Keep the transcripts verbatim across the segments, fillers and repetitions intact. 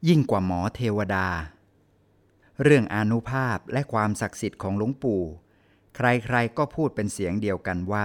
ยิ่งกว่าหมอเทวดาเรื่องอานุภาพและความศักดิ์สิทธิ์ของหลวงปู่ใครๆก็พูดเป็นเสียงเดียวกันว่า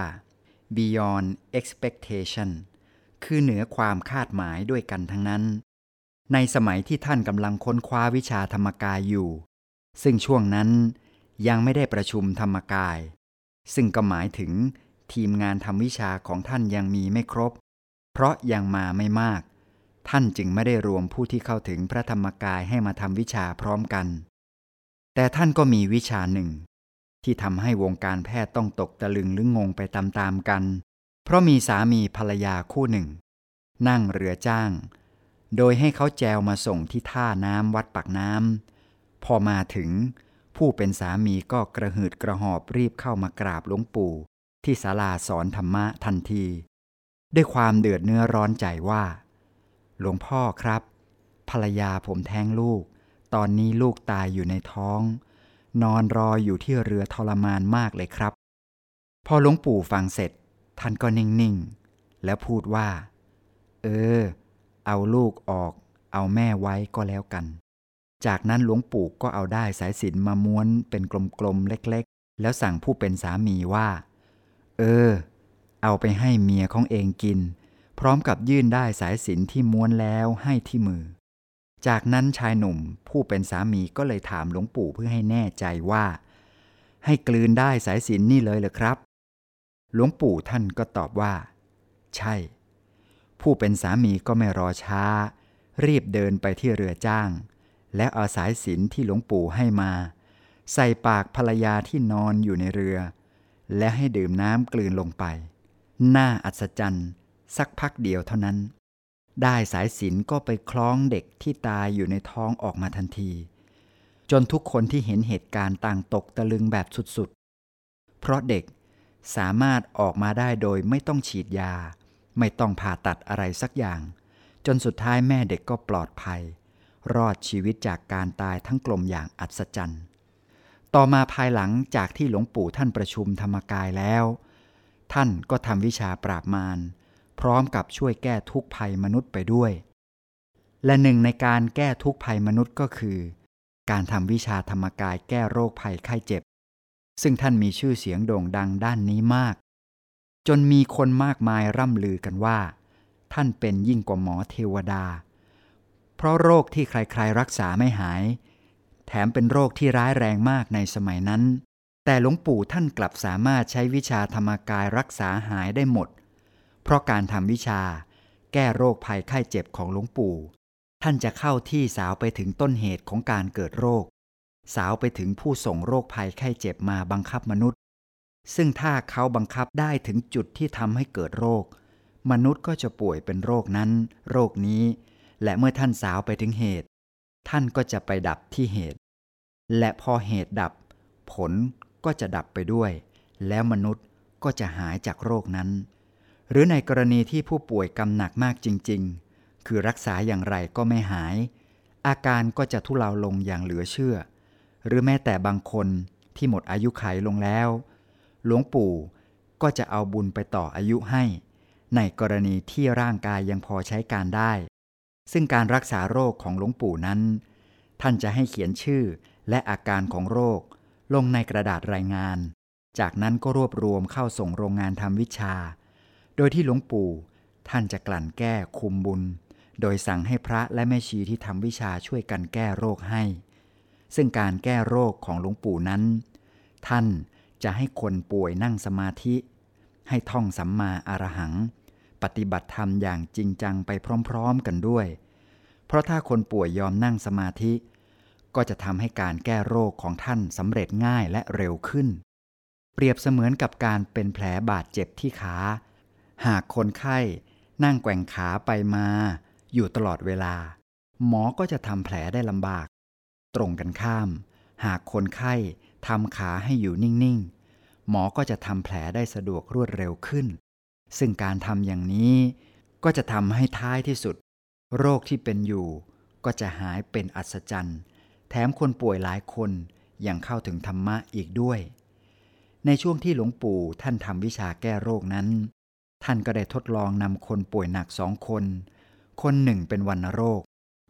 beyond expectation คือเหนือความคาดหมายด้วยกันทั้งนั้นในสมัยที่ท่านกำลังค้นคว้าวิชาธรรมกายอยู่ซึ่งช่วงนั้นยังไม่ได้ประชุมธรรมกายซึ่งก็หมายถึงทีมงานทำวิชาของท่านยังมีไม่ครบเพราะยังมาไม่มากท่านจึงไม่ได้รวมผู้ที่เข้าถึงพระธรรมกายให้มาทำวิชาพร้อมกันแต่ท่านก็มีวิชาหนึ่งที่ทำให้วงการแพทย์ต้องตกตะลึงหรืองงไปตามๆกันเพราะมีสามีภรรยาคู่หนึ่งนั่งเรือจ้างโดยให้เขาแจวมาส่งที่ท่าน้ำวัดปากน้ำพอมาถึงผู้เป็นสามีก็กระหืดกระหอบรีบเข้ามากราบหลวงปู่ที่ศาลาสอนธรรมะทันทีด้วยความเดือดเนื้อร้อนใจว่าหลวงพ่อครับภรรยาผมแท้งลูกตอนนี้ลูกตายอยู่ในท้องนอนรออยู่ที่เรือทรมานมากเลยครับพอหลวงปู่ฟังเสร็จท่านก็นิ่งๆแล้วพูดว่าเออเอาลูกออกเอาแม่ไว้ก็แล้วกันจากนั้นหลวงปู่ก็เอาด้ายสายสิญจน์มาม้วนเป็นกลมๆเล็กๆแล้วสั่งผู้เป็นสามีว่าเออเอาไปให้เมียของเองกินพร้อมกับยื่นด้ายสายสิญจน์ที่ม้วนแล้วให้ที่มือจากนั้นชายหนุ่มผู้เป็นสามีก็เลยถามหลวงปู่เพื่อให้แน่ใจว่าให้กลืนด้ายสายสิญจน์นี่เลยเหรอครับหลวงปู่ท่านก็ตอบว่าใช่ผู้เป็นสามีก็ไม่รอช้ารีบเดินไปที่เรือจ้างและเอาสายสิญจน์ที่หลวงปู่ให้มาใส่ปากภรรยาที่นอนอยู่ในเรือและให้ดื่มน้ำกลืนลงไปน่าอัศจรรย์สักพักเดียวเท่านั้นได้สายสิญจน์ก็ไปคล้องเด็กที่ตายอยู่ในท้องออกมาทันทีจนทุกคนที่เห็นเหตุการณ์ต่างตกตะลึงแบบสุดๆเพราะเด็กสามารถออกมาได้โดยไม่ต้องฉีดยาไม่ต้องผ่าตัดอะไรสักอย่างจนสุดท้ายแม่เด็กก็ปลอดภัยรอดชีวิตจากการตายทั้งกลมอย่างอัศจรรย์ต่อมาภายหลังจากที่หลวงปู่ท่านประชุมธรรมกายแล้วท่านก็ทำวิชาปราบมารพร้อมกับช่วยแก้ทุกข์ภัยมนุษย์ไปด้วยและหนึ่งในการแก้ทุกข์ภัยมนุษย์ก็คือการทำวิชาธรรมกายแก้โรคภัยไข้เจ็บซึ่งท่านมีชื่อเสียงโด่งดังด้านนี้มากจนมีคนมากมายร่ำลือกันว่าท่านเป็นยิ่งกว่าหมอเทวดาเพราะโรคที่ใครๆรักษาไม่หายแถมเป็นโรคที่ร้ายแรงมากในสมัยนั้นแต่หลวงปู่ท่านกลับสามารถใช้วิชาธรรมกายรักษาหายได้หมดเพราะการทำวิชาแก้โรคภัยไข้เจ็บของหลวงปู่ท่านจะเข้าที่สาวไปถึงต้นเหตุของการเกิดโรคสาวไปถึงผู้ส่งโรคภัยไข้เจ็บมาบังคับมนุษย์ซึ่งถ้าเขาบังคับได้ถึงจุดที่ทำให้เกิดโรคมนุษย์ก็จะป่วยเป็นโรคนั้นโรคนี้และเมื่อท่านสาวไปถึงเหตุท่านก็จะไปดับที่เหตุและพอเหตุดับผลก็จะดับไปด้วยแล้วมนุษย์ก็จะหายจากโรคนั้นหรือในกรณีที่ผู้ป่วยกำหนักมากจริงๆคือรักษาอย่างไรก็ไม่หายอาการก็จะทุเลาลงอย่างเหลือเชื่อหรือแม้แต่บางคนที่หมดอายุขัยลงแล้วหลวงปู่ก็จะเอาบุญไปต่ออายุให้ในกรณีที่ร่างกายยังพอใช้การได้ซึ่งการรักษาโรคของหลวงปู่นั้นท่านจะให้เขียนชื่อและอาการของโรคลงในกระดาษรายงานจากนั้นก็รวบรวมเข้าส่งโรงงานทำวิชาโดยที่หลวงปู่ท่านจะกลั่นแก้คุมบุญโดยสั่งให้พระและแม่ชีที่ทำวิชาช่วยกันแก้โรคให้ซึ่งการแก้โรคของหลวงปู่นั้นท่านจะให้คนป่วยนั่งสมาธิให้ท่องสัมมาอรหังปฏิบัติธรรมอย่างจริงจังไปพร้อมๆกันด้วยเพราะถ้าคนป่วยยอมนั่งสมาธิก็จะทำให้การแก้โรคของท่านสำเร็จง่ายและเร็วขึ้นเปรียบเสมือนกับการเป็นแผลบาดเจ็บที่ขาหากคนไข้นั่งแกว่งขาไปมาอยู่ตลอดเวลาหมอก็จะทำแผลได้ลำบากตรงกันข้ามหากคนไข้ทำขาให้อยู่นิ่งๆหมอก็จะทำแผลได้สะดวกรวดเร็วขึ้นซึ่งการทำอย่างนี้ก็จะทำให้ท้ายที่สุดโรคที่เป็นอยู่ก็จะหายเป็นอัศจรรย์แถมคนป่วยหลายคนยังเข้าถึงธรรมะอีกด้วยในช่วงที่หลวงปู่ท่านทำวิชาแก้โรคนั้นท่านก็ได้ทดลองนำคนป่วยหนักสองคนคนหนึ่งเป็นวัณโรค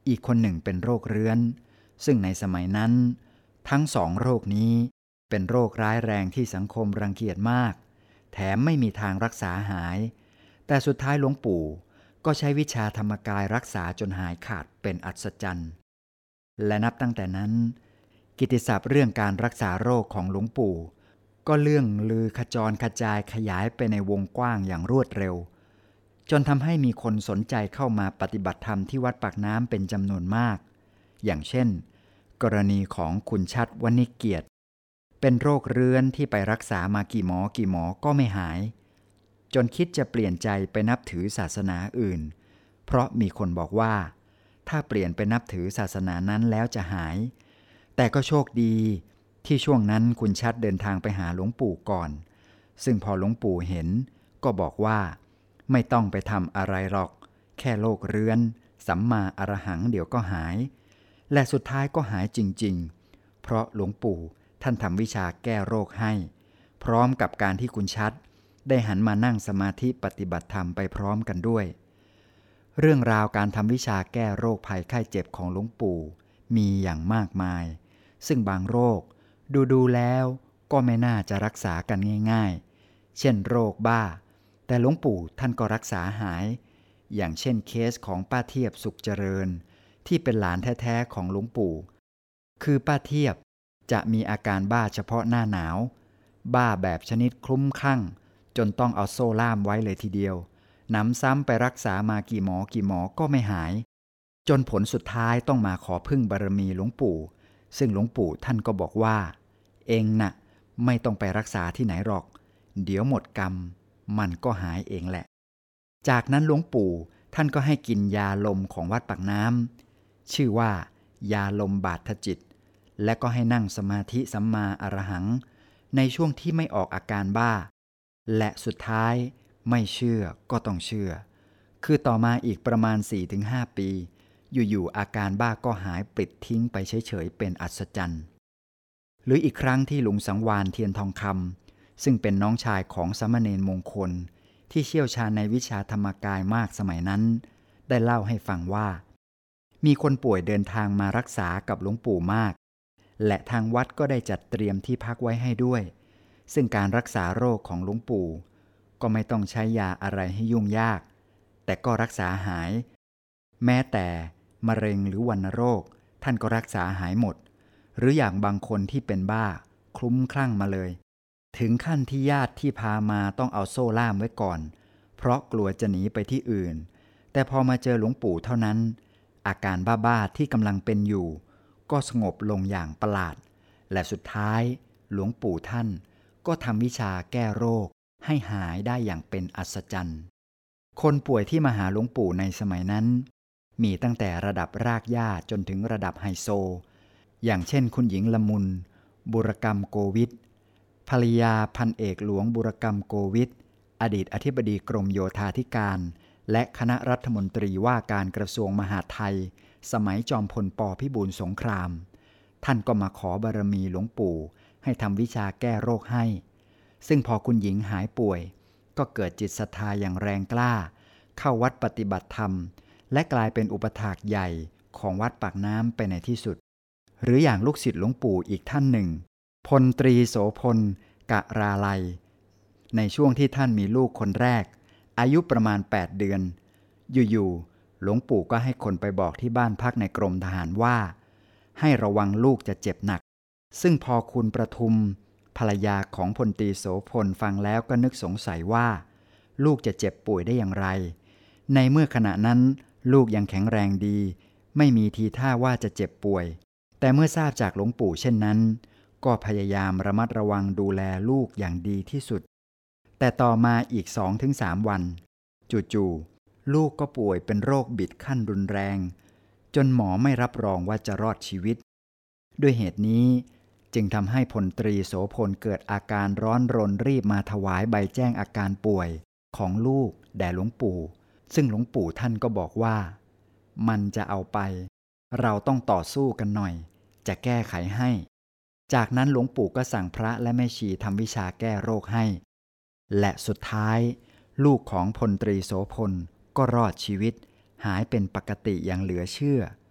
อีกคนหนึ่งเป็นโรคเรื้อนซึ่งในสมัยนั้นทั้งสองโรคนี้เป็นโรคร้ายแรงที่สังคมรังเกียจมากแถมไม่มีทางรักษาหายแต่สุดท้ายหลวงปู่ก็ใช้วิชาธรรมกายรักษาจนหายขาดเป็นอัศจรรย์และนับตั้งแต่นั้นกิตติศัพท์เรื่องการรักษาโรคของหลวงปู่ก็เรื่องลือขจรกระจายขยายไปในวงกว้างอย่างรวดเร็วจนทำให้มีคนสนใจเข้ามาปฏิบัติธรรมที่วัดปากน้ำเป็นจำนวนมากอย่างเช่นกรณีของคุณชัดวณิเกียรติเป็นโรคเรื้อนที่ไปรักษามากี่หมอกี่หมอก็ไม่หายจนคิดจะเปลี่ยนใจไปนับถือศาสนาอื่นเพราะมีคนบอกว่าถ้าเปลี่ยนไปนับถือศาสนานั้นแล้วจะหายแต่ก็โชคดีที่ช่วงนั้นคุณชัดเดินทางไปหาหลวงปู่ก่อนซึ่งพอหลวงปู่เห็นก็บอกว่าไม่ต้องไปทำอะไรหรอกแค่โรคเรื้อนสัมมาอรหังเดี๋ยวก็หายและสุดท้ายก็หายจริงๆเพราะหลวงปู่ท่านทำวิชาแก้โรคให้พร้อมกับการที่คุณชัดได้หันมานั่งสมาธิปฏิบัติธรรมไปพร้อมกันด้วยเรื่องราวการทำวิชาแก้โรคภัยไข้เจ็บของหลวงปู่มีอย่างมากมายซึ่งบางโรคดูดูแล้วก็ไม่น่าจะรักษากันง่ายๆเช่นโรคบ้าแต่หลวงปู่ท่านก็รักษาหายอย่างเช่นเคสของป้าเทียบสุขเจริญที่เป็นหลานแท้ๆของหลวงปู่คือป้าเทียบจะมีอาการบ้าเฉพาะหน้าหนาวบ้าแบบชนิดคลุ้มคลั่งจนต้องเอาโซ่ล่ามไว้เลยทีเดียวหนำซ้ำไปรักษามากี่หมอกี่หมอก็ไม่หายจนผลสุดท้ายต้องมาขอพึ่งบารมีหลวงปู่ซึ่งหลวงปู่ท่านก็บอกว่าเองน่ะไม่ต้องไปรักษาที่ไหนหรอกเดี๋ยวหมดกรรมมันก็หายเองแหละจากนั้นหลวงปู่ท่านก็ให้กินยาลมของวัดปากน้ำชื่อว่ายาลมบาดทจิตและก็ให้นั่งสมาธิสัมมาอรหังในช่วงที่ไม่ออกอาการบ้าและสุดท้ายไม่เชื่อก็ต้องเชื่อคือต่อมาอีกประมาณ สี่ถึงห้า ปีอยู่ๆอาการบ้าก็หายปลิดทิ้งไปเฉยๆเป็นอัศจรรย์หรืออีกครั้งที่ลุงสังวานเทียนทองคำซึ่งเป็นน้องชายของสามเณรมงคลที่เชี่ยวชาญในวิชาธรรมกายมากสมัยนั้นได้เล่าให้ฟังว่ามีคนป่วยเดินทางมารักษากับหลวงปู่มากและทางวัดก็ได้จัดเตรียมที่พักไว้ให้ด้วยซึ่งการรักษาโรคของหลวงปู่ก็ไม่ต้องใช้ยาอะไรให้ยุ่งยากแต่ก็รักษาหายแม้แต่มะเร็งหรือวัณโรคท่านก็รักษาหายหมดหรืออย่างบางคนที่เป็นบ้าคลุ้มคลั่งมาเลยถึงขั้นที่ญาติที่พามาต้องเอาโซ่ล่ามไว้ก่อนเพราะกลัวจะหนีไปที่อื่นแต่พอมาเจอหลวงปู่เท่านั้นอาการบ้าๆที่กำลังเป็นอยู่ก็สงบลงอย่างประหลาดและสุดท้ายหลวงปู่ท่านก็ทำวิชาแก้โรคให้หายได้อย่างเป็นอัศจรรย์คนป่วยที่มาหาหลวงปู่ในสมัยนั้นมีตั้งแต่ระดับรากหญ้าจนถึงระดับไฮโซอย่างเช่นคุณหญิงละมุนบุรกรรมโกวิทภรรยาพันเอกหลวงบุรกรรมโกวิทอดีตอธิบดีกรมโยธาธิการและคณะรัฐมนตรีว่าการกระทรวงมหาดไทยสมัยจอมพลป.พิบูลสงครามท่านก็มาขอบารมีหลวงปู่ให้ทำวิชาแก้โรคให้ซึ่งพอคุณหญิงหายป่วยก็เกิดจิตศรัทธาอย่างแรงกล้าเข้าวัดปฏิบัติธรรมและกลายเป็นอุปถากใหญ่ของวัดปากน้ำไปในที่สุดหรืออย่างลูกศิษย์หลวงปู่อีกท่านหนึ่งพลตรีโสพลกะราลัยในช่วงที่ท่านมีลูกคนแรกอายุประมาณแปดเดือนอยู่ๆหลวงปู่ก็ให้คนไปบอกที่บ้านพักในกรมทหารว่าให้ระวังลูกจะเจ็บหนักซึ่งพอคุณประทุมภรรยาของพลตรีโสพลฟังแล้วก็นึกสงสัยว่าลูกจะเจ็บป่วยได้อย่างไรในเมื่อขณะนั้นลูกยังแข็งแรงดีไม่มีทีท่าว่าจะเจ็บป่วยแต่เมื่อทราบจากหลวงปู่เช่นนั้นก็พยายามระมัดระวังดูแลลูกอย่างดีที่สุดแต่ต่อมาอีก สองถึงสาม วันจู่ๆลูกก็ป่วยเป็นโรคบิดขั้นรุนแรงจนหมอไม่รับรองว่าจะรอดชีวิตด้วยเหตุนี้จึงทำให้พลตรีโสพลเกิดอาการร้อนรนรีบมาถวายใบแจ้งอาการป่วยของลูกแด่หลวงปู่ซึ่งหลวงปู่ท่านก็บอกว่ามันจะเอาไปเราต้องต่อสู้กันหน่อยจะแก้ไขให้จากนั้นหลวงปู่ก็สั่งพระและแม่ชีทำวิชาแก้โรคให้และสุดท้ายลูกของพลตรีโสพลก็รอดชีวิตหายเป็นปกติอย่างเหลือเชื่อ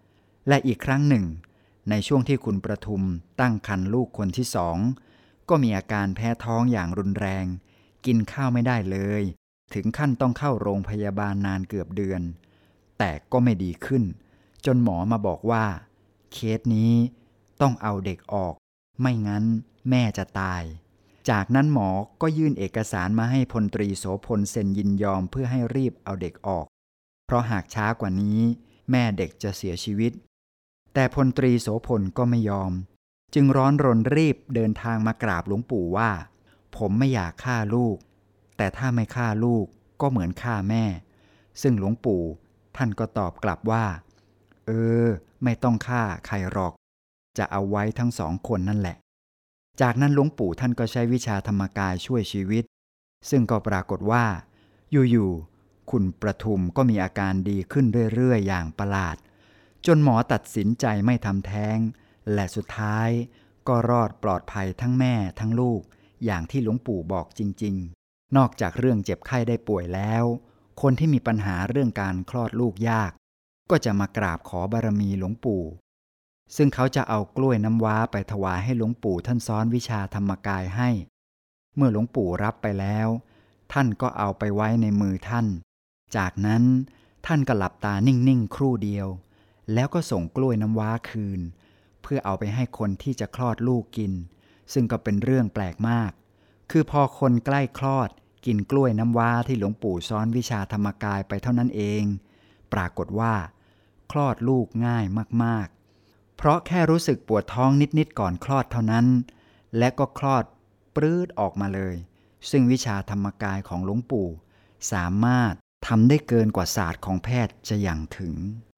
และอีกครั้งหนึ่งในช่วงที่คุณประทุมตั้งครรภ์ลูกคนที่สองก็มีอาการแพ้ท้องอย่างรุนแรงกินข้าวไม่ได้เลยถึงขั้นต้องเข้าโรงพยาบาลนานเกือบเดือนแต่ก็ไม่ดีขึ้นจนหมอมาบอกว่าเคสนี้ต้องเอาเด็กออกไม่งั้นแม่จะตายจากนั้นหมอก็ยื่นเอกสารมาให้พลตรีโสพลเซ็นยินยอมเพื่อให้รีบเอาเด็กออกเพราะหากช้ากว่านี้แม่เด็กจะเสียชีวิตแต่พลตรีโสพลก็ไม่ยอมจึงร้อนรนรีบเดินทางมากราบหลวงปู่ว่าผมไม่อยากฆ่าลูกแต่ถ้าไม่ฆ่าลูกก็เหมือนฆ่าแม่ซึ่งหลวงปู่ท่านก็ตอบกลับว่าเออไม่ต้องฆ่าใครหรอกจะเอาไว้ทั้งสองคนนั่นแหละจากนั้นหลวงปู่ท่านก็ใช้วิชาธรรมกายช่วยชีวิตซึ่งก็ปรากฏว่าอยู่ๆคุณประทุมก็มีอาการดีขึ้นเรื่อยๆอย่างประหลาดจนหมอตัดสินใจไม่ทำแท้งและสุดท้ายก็รอดปลอดภัยทั้งแม่ทั้งลูกอย่างที่หลวงปู่บอกจริงๆนอกจากเรื่องเจ็บไข้ได้ป่วยแล้วคนที่มีปัญหาเรื่องการคลอดลูกยากก็จะมากราบขอบารมีหลวงปู่ซึ่งเขาจะเอากล้วยน้ำว้าไปถวายให้หลวงปู่ท่านสอนวิชาธรรมกายให้เมื่อหลวงปู่รับไปแล้วท่านก็เอาไปไว้ในมือท่านจากนั้นท่านก็หลับตานิ่งๆครู่เดียวแล้วก็ส่งกล้วยน้ำว้าคืนเพื่อเอาไปให้คนที่จะคลอดลูกกินซึ่งก็เป็นเรื่องแปลกมากคือพอคนใกล้คลอดกินกล้วยน้ำว้าที่หลวงปู่สอนวิชาธรรมกายไปเท่านั้นเองปรากฏว่าคลอดลูกง่ายมากๆเพราะแค่รู้สึกปวดท้องนิดๆก่อนคลอดเท่านั้นและก็คลอดปรื๊ดออกมาเลยซึ่งวิชาธรรมกายของหลวงปู่สามารถทำได้เกินกว่าศาสตร์ของแพทย์จะอย่างถึง